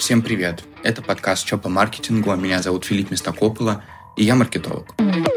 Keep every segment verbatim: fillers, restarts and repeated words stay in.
Всем привет! Это подкаст «Чё по маркетингу». Меня зовут Филипп Мистакополо, и я маркетолог.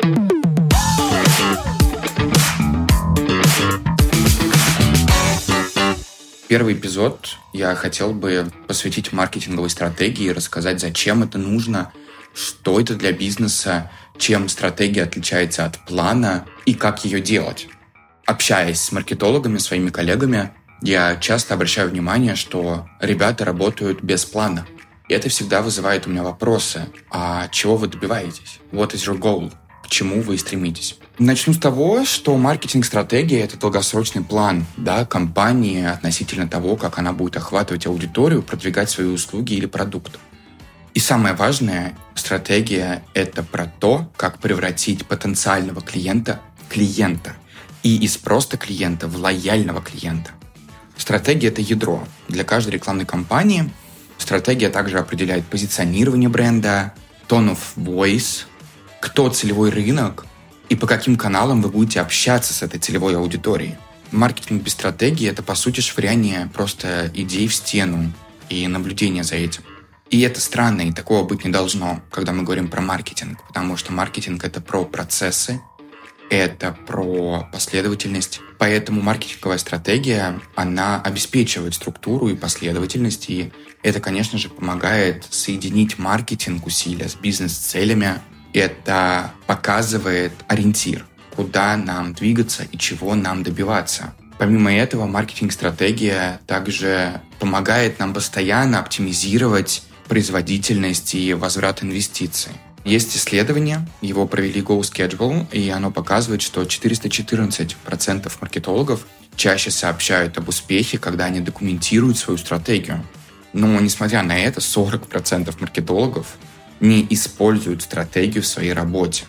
Первый эпизод я хотел бы посвятить маркетинговой стратегии, рассказать, зачем это нужно, что это для бизнеса, чем стратегия отличается от плана и как ее делать. Общаясь с маркетологами, своими коллегами, я часто обращаю внимание, что ребята работают без плана. И это всегда вызывает у меня вопросы. А чего вы добиваетесь? What is your goal? К чему вы стремитесь? Начну с того, что маркетинг-стратегия – это долгосрочный план, да, компании относительно того, как она будет охватывать аудиторию, продвигать свои услуги или продукты. И самое важное, стратегия – это про то, как превратить потенциального клиента в клиента и из просто клиента в лояльного клиента. Стратегия – это ядро. Для каждой рекламной кампании стратегия также определяет позиционирование бренда, tone of voice, кто целевой рынок и по каким каналам вы будете общаться с этой целевой аудиторией. Маркетинг без стратегии – это, по сути, швыряние просто идей в стену и наблюдение за этим. И это странно, и такого быть не должно, когда мы говорим про маркетинг, потому что маркетинг – это про процессы, это про последовательность. Поэтому маркетинговая стратегия, она обеспечивает структуру и последовательность, и это, конечно же, помогает соединить маркетинг усилия с бизнес-целями. Это показывает ориентир, куда нам двигаться и чего нам добиваться. Помимо этого, маркетинг-стратегия также помогает нам постоянно оптимизировать производительность и возврат инвестиций. Есть исследование, его провели GoSchedule, и оно показывает, что четыреста четырнадцать процентов маркетологов чаще сообщают об успехе, когда они документируют свою стратегию. Но, несмотря на это, сорок процентов маркетологов не используют стратегию в своей работе.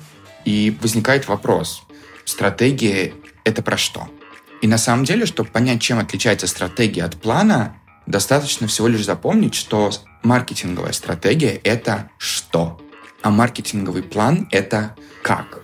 И возникает вопрос, стратегия – это про что? И на самом деле, чтобы понять, чем отличается стратегия от плана, достаточно всего лишь запомнить, что маркетинговая стратегия – это что? А маркетинговый план – это как.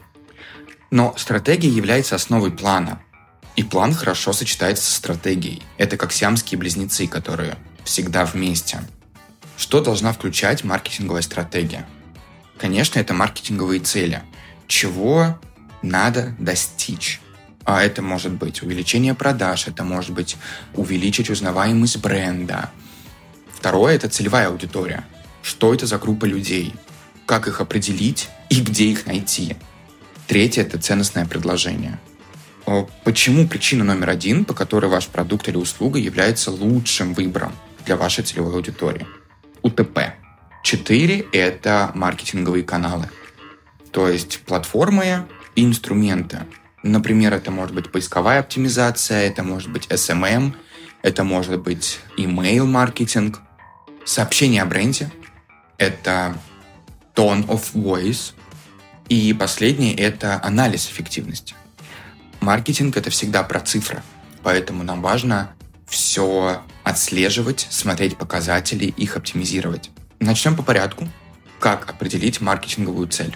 Но стратегия является основой плана. И план хорошо сочетается со стратегией. Это как сиамские близнецы, которые всегда вместе. Что должна включать маркетинговая стратегия? Конечно, это маркетинговые цели. Чего надо достичь? А это может быть увеличение продаж, это может быть увеличить узнаваемость бренда. Второе – это целевая аудитория. Что это за группа людей? Как их определить и где их найти? Третье – это ценностное предложение. Почему причина номер один, по которой ваш продукт или услуга является лучшим выбором для вашей целевой аудитории? УТП. Четыре – это маркетинговые каналы. То есть платформы и инструменты. Например, это может быть поисковая оптимизация, это может быть эс эм эм, это может быть email-маркетинг, сообщение о бренде, это tone of voice. И последнее – это анализ эффективности. Маркетинг – это всегда про цифры, поэтому нам важно все отслеживать, смотреть показатели, их оптимизировать. Начнем по порядку. Как определить маркетинговую цель?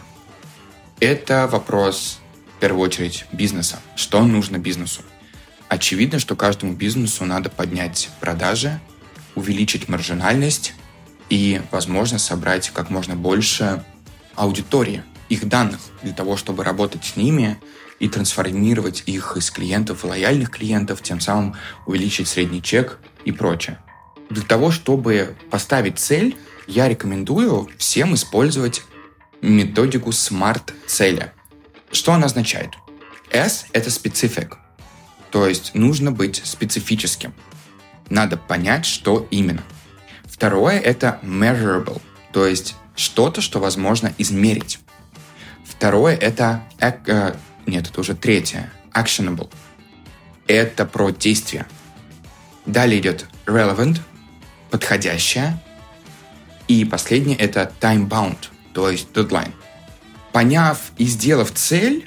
Это вопрос, в первую очередь, бизнеса. Что нужно бизнесу? Очевидно, что каждому бизнесу надо поднять продажи, увеличить маржинальность и, возможно, собрать как можно больше аудитории, их данных, для того, чтобы работать с ними и трансформировать их из клиентов в лояльных клиентов, тем самым увеличить средний чек и прочее. Для того, чтобы поставить цель, я рекомендую всем использовать методику смарт-цели. Что она означает? S – это specific, то есть нужно быть специфическим. Надо понять, что именно. Второе – это measurable, то есть что-то, что возможно измерить. Второе – это... Э, нет, это уже третье. Actionable. Это про действие. Далее идет relevant, подходящее. И последнее – это time-bound, то есть deadline. Поняв и сделав цель,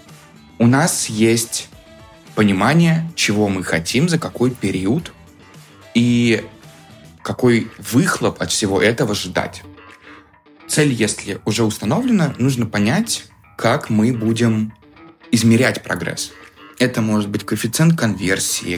у нас есть понимание, чего мы хотим, за какой период и какой выхлоп от всего этого ждать. Цель, если уже установлена, нужно понять, как мы будем измерять прогресс, Это может быть коэффициент конверсии,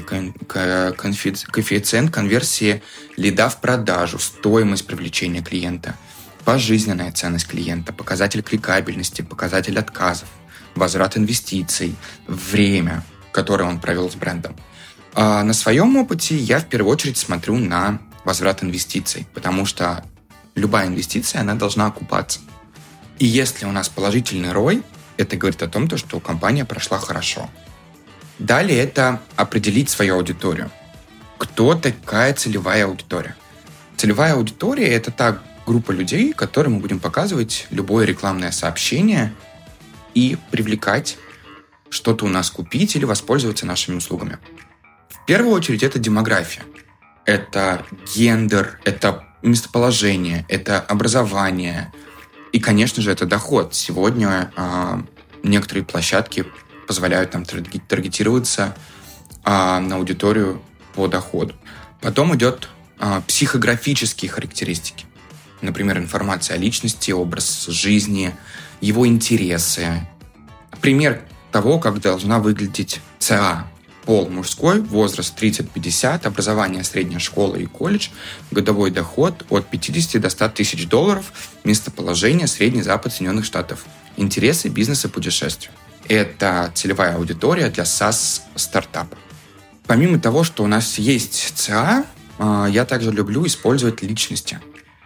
коэффициент конверсии лида в продажу, стоимость привлечения клиента, пожизненная ценность клиента, показатель кликабельности, показатель отказов, возврат инвестиций, время, которое он провел с брендом. А на своем опыте я в первую очередь смотрю на возврат инвестиций, потому что любая инвестиция, она должна окупаться. И если у нас положительный эр о ай, это говорит о том, что компания прошла хорошо. Далее это определить свою аудиторию. Кто такая целевая аудитория? Целевая аудитория – это та группа людей, которым мы будем показывать любое рекламное сообщение и привлекать что-то у нас купить или воспользоваться нашими услугами. В первую очередь это демография. Это гендер, это местоположение, это образование и, конечно же, это доход. Сегодня э, некоторые площадки позволяют нам таргетироваться э, на аудиторию по доходу. Потом идет э, психографические характеристики. Например, информация о личности, образ жизни, его интересы. Пример того, как должна выглядеть ЦА. Пол мужской, возраст тридцать-пятьдесят, образование средняя школа и колледж, годовой доход от пятидесяти до ста тысяч долларов, местоположение Средний Запад Соединенных Штатов, интересы, бизнес и путешествия. Это целевая аудитория для SaaS-стартапа. Помимо того, что у нас есть ЦА, я также люблю использовать личности.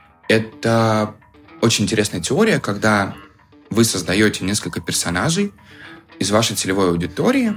Это очень интересная теория, когда вы создаете несколько персонажей из вашей целевой аудитории,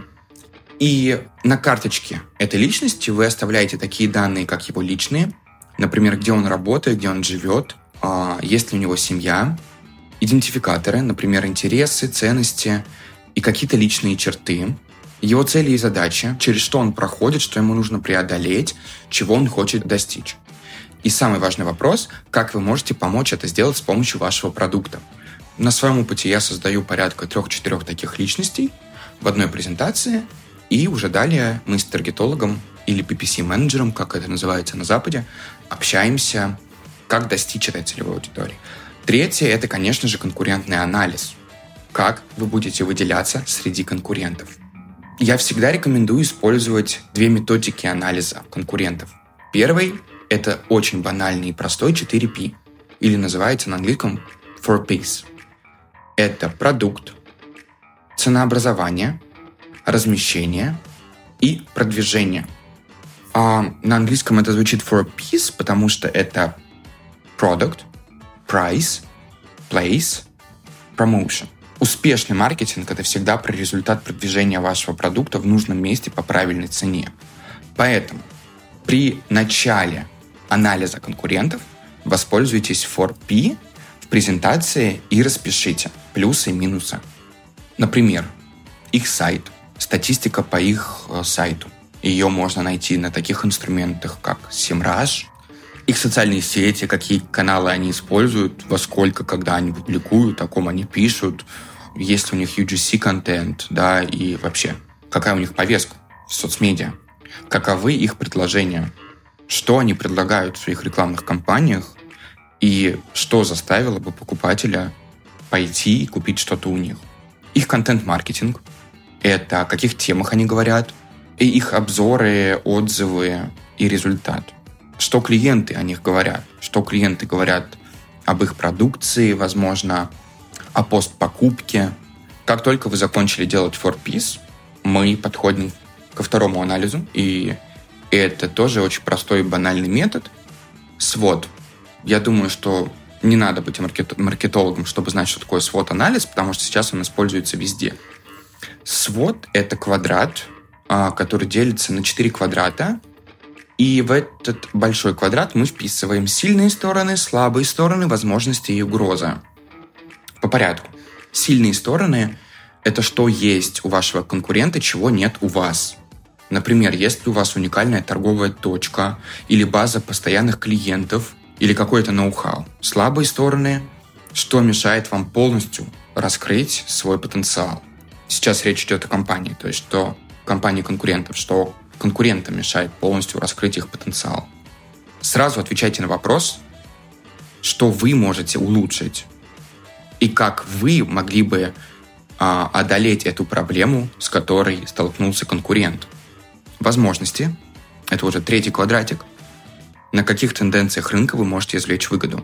и на карточке этой личности вы оставляете такие данные, как его личные, например, где он работает, где он живет, есть ли у него семья, идентификаторы, например, интересы, ценности и какие-то личные черты, его цели и задачи, через что он проходит, что ему нужно преодолеть, чего он хочет достичь. И самый важный вопрос, как вы можете помочь это сделать с помощью вашего продукта. На своем опыте я создаю порядка трех-четырех таких личностей в одной презентации, и уже далее мы с таргетологом или пи пи си-менеджером, как это называется на Западе, общаемся, как достичь этой целевой аудитории. Третье – это, конечно же, конкурентный анализ. Как вы будете выделяться среди конкурентов. Я всегда рекомендую использовать две методики анализа конкурентов. Первый – это очень банальный и простой четыре пи, или называется на английском four P's. Это продукт, ценообразование, размещение и продвижение. А на английском это звучит four P's, потому что это product, price, place, promotion. Успешный маркетинг – это всегда про результат продвижения вашего продукта в нужном месте по правильной цене. Поэтому при начале анализа конкурентов воспользуйтесь four P в презентации и распишите плюсы и минусы. Например, их сайт, статистика по их сайту. Ее можно найти на таких инструментах, как Semrush, их социальные сети, какие каналы они используют, во сколько, когда они публикуют, о ком они пишут, есть ли у них ю джи си-контент, да, и вообще, какая у них повестка в соцмедиа, каковы их предложения, что они предлагают в своих рекламных кампаниях и что заставило бы покупателя пойти и купить что-то у них. Их контент-маркетинг, это о каких темах они говорят, и их обзоры, отзывы и результат. Что клиенты о них говорят, что клиенты говорят об их продукции, возможно, о постпокупке. Как только вы закончили делать four P's, мы подходим ко второму анализу, и это тоже очень простой и банальный метод. свот. Я думаю, что не надо быть маркет- маркетологом, чтобы знать, что такое свот-анализ, потому что сейчас он используется везде. свот – это квадрат, который делится на четыре квадрата, и в этот большой квадрат мы вписываем сильные стороны, слабые стороны, возможности и угрозы. По порядку. Сильные стороны – это что есть у вашего конкурента, чего нет у вас. Например, есть ли у вас уникальная торговая точка или база постоянных клиентов, или какой-то ноу-хау. Слабые стороны – что мешает вам полностью раскрыть свой потенциал. Сейчас речь идет о компании, то есть что компании конкурентов, что конкурентам мешает полностью раскрыть их потенциал. Сразу отвечайте на вопрос, что вы можете улучшить и как вы могли бы а, одолеть эту проблему, с которой столкнулся конкурент. Возможности – это уже третий квадратик. На каких тенденциях рынка вы можете извлечь выгоду.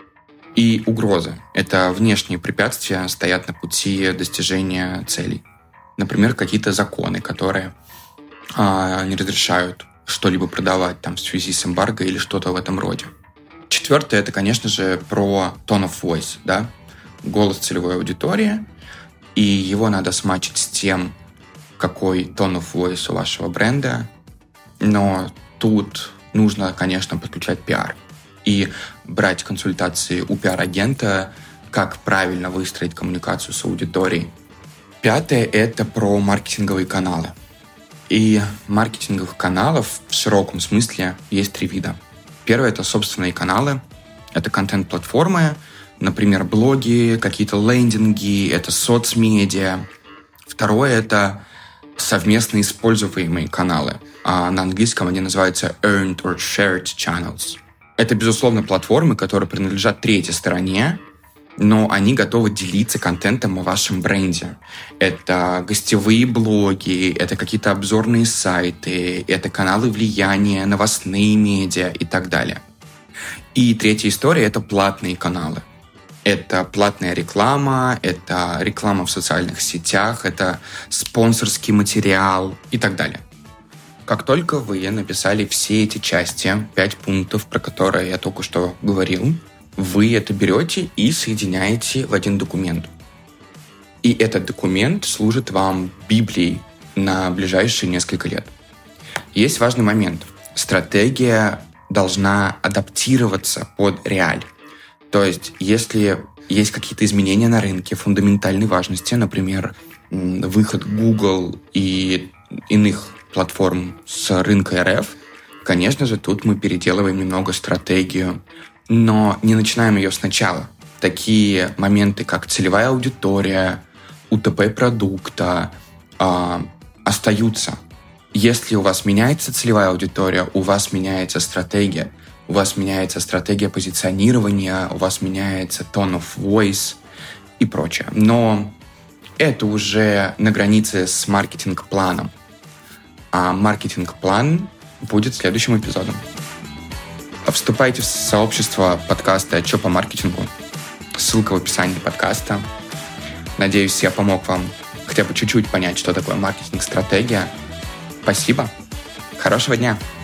И угрозы – это внешние препятствия, стоят на пути достижения целей. Например, какие-то законы, которые а, не разрешают что-либо продавать там, в связи с эмбарго или что-то в этом роде. Четвертое – это, конечно же, про tone of voice, да? Голос целевой аудитории, и его надо смачить с тем, какой tone of voice у вашего бренда. Но тут нужно, конечно, подключать пиар и брать консультации у пиар-агента, как правильно выстроить коммуникацию с аудиторией. Пятое – это про маркетинговые каналы. И маркетинговых каналов в широком смысле есть три вида. Первое – это собственные каналы, это контент-платформы, например, блоги, какие-то лендинги, это соцмедиа. Второе – это совместно используемые каналы. А на английском они называются earned or shared channels. Это, безусловно, платформы, которые принадлежат третьей стороне, но они готовы делиться контентом о вашем бренде. Это гостевые блоги, это какие-то обзорные сайты, это каналы влияния, новостные медиа и так далее. И третья история – это платные каналы. Это платная реклама, это реклама в социальных сетях, это спонсорский материал и так далее. Как только вы написали все эти части, пять пунктов, про которые я только что говорил, вы это берете и соединяете в один документ. И этот документ служит вам библией на ближайшие несколько лет. Есть важный момент. Стратегия должна адаптироваться под реаль. То есть, если есть какие-то изменения на рынке фундаментальной важности, например, выход Google и иных платформ с рынка эр эф, конечно же, тут мы переделываем немного стратегию, но не начинаем ее сначала. Такие моменты, как целевая аудитория, у тэ пэ продукта э, остаются. Если у вас меняется целевая аудитория, у вас меняется стратегия, у вас меняется стратегия позиционирования, у вас меняется tone of voice и прочее. Но это уже на границе с маркетинг-планом. А маркетинг-план будет следующим эпизодом. Вступайте в сообщество подкаста «Чё по маркетингу». Ссылка в описании подкаста. Надеюсь, я помог вам хотя бы чуть-чуть понять, что такое маркетинг-стратегия. Спасибо. Хорошего дня.